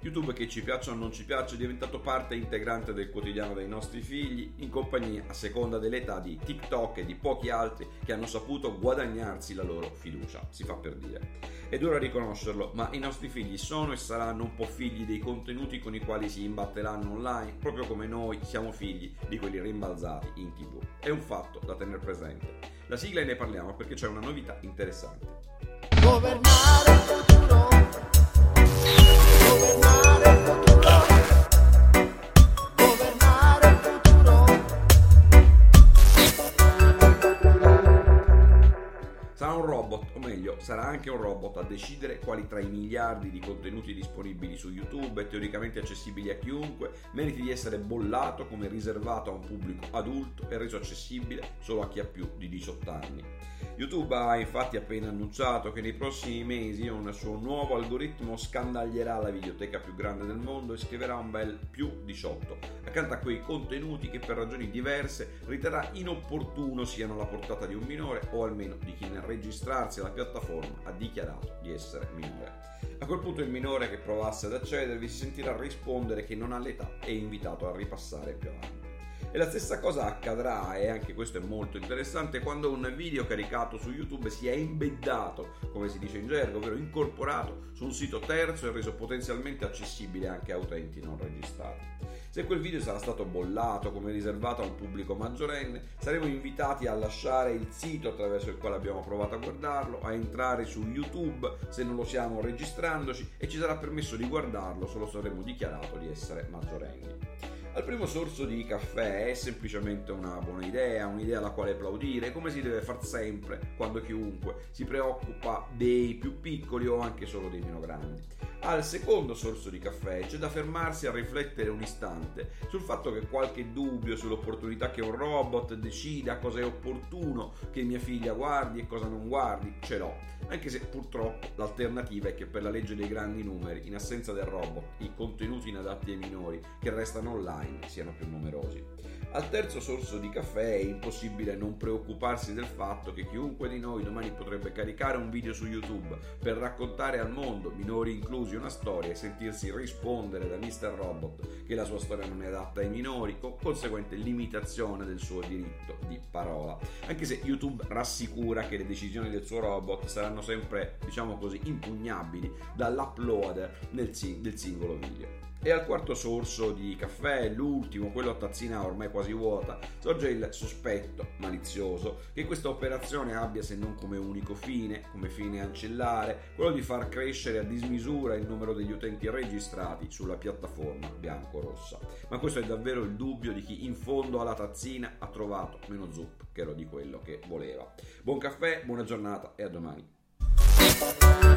YouTube, che ci piaccia o non ci piaccia, è diventato parte integrante del quotidiano dei nostri figli, in compagnia, a seconda dell'età, di TikTok e di pochi altri che hanno saputo guadagnarsi la loro fiducia, si fa per dire. È duro a riconoscerlo, ma i nostri figli sono e saranno un po' figli dei contenuti con i quali si imbatteranno online, proprio come noi siamo figli di quelli rimbalzati in TV. È un fatto da tenere presente. La sigla e ne parliamo perché c'è una novità interessante. Governare il futuro. Governare il futuro. Governare il futuro. Sarà un robot, o meglio, sarà anche un robot a decidere quali tra i miliardi di contenuti disponibili su YouTube e teoricamente accessibili a chiunque meriti di essere bollato come riservato a un pubblico adulto e reso accessibile solo a chi ha più di 18 anni. YouTube ha infatti appena annunciato che nei prossimi mesi un suo nuovo algoritmo scandaglierà la videoteca più grande del mondo e scriverà un bel più 18 accanto a quei contenuti che per ragioni diverse riterrà inopportuno siano alla portata di un minore o almeno di chi nel registrarsi alla piattaforma ha dichiarato di essere minore. A quel punto il minore che provasse ad accedervi si sentirà rispondere che non ha l'età e è invitato a ripassare più avanti. E la stessa cosa accadrà, e anche questo è molto interessante, quando un video caricato su YouTube si è embeddato, come si dice in gergo, ovvero incorporato su un sito terzo e reso potenzialmente accessibile anche a utenti non registrati. Se quel video sarà stato bollato come riservato a un pubblico maggiorenne, saremo invitati a lasciare il sito attraverso il quale abbiamo provato a guardarlo, a entrare su YouTube se non lo siamo registrandoci, e ci sarà permesso di guardarlo solo se avremo dichiarato di essere maggiorenni. Al primo sorso di caffè è semplicemente una buona idea, un'idea alla quale applaudire, come si deve far sempre quando chiunque si preoccupa dei più piccoli o anche solo dei meno grandi. Al secondo sorso di caffè c'è da fermarsi a riflettere un istante sul fatto che qualche dubbio sull'opportunità che un robot decida cosa è opportuno che mia figlia guardi e cosa non guardi ce l'ho, anche se purtroppo l'alternativa è che per la legge dei grandi numeri, in assenza del robot, i contenuti inadatti ai minori che restano online siano più numerosi. Al terzo sorso di caffè è impossibile non preoccuparsi del fatto che chiunque di noi domani potrebbe caricare un video su YouTube per raccontare al mondo, minori inclusi, una storia e sentirsi rispondere da Mr. Robot che la sua storia non è adatta ai minori, con conseguente limitazione del suo diritto di parola. Anche se YouTube rassicura che le decisioni del suo robot saranno sempre, diciamo così, impugnabili dall'uploader del singolo video. E al quarto sorso di caffè, l'ultimo, quello a tazzina ormai quasi vuota, sorge il sospetto malizioso che questa operazione abbia, se non come unico fine, come fine ancillare, quello di far crescere a dismisura il numero degli utenti registrati sulla piattaforma bianco-rossa. Ma questo è davvero il dubbio di chi in fondo alla tazzina ha trovato meno zucchero di quello che voleva. Buon caffè, buona giornata e a domani.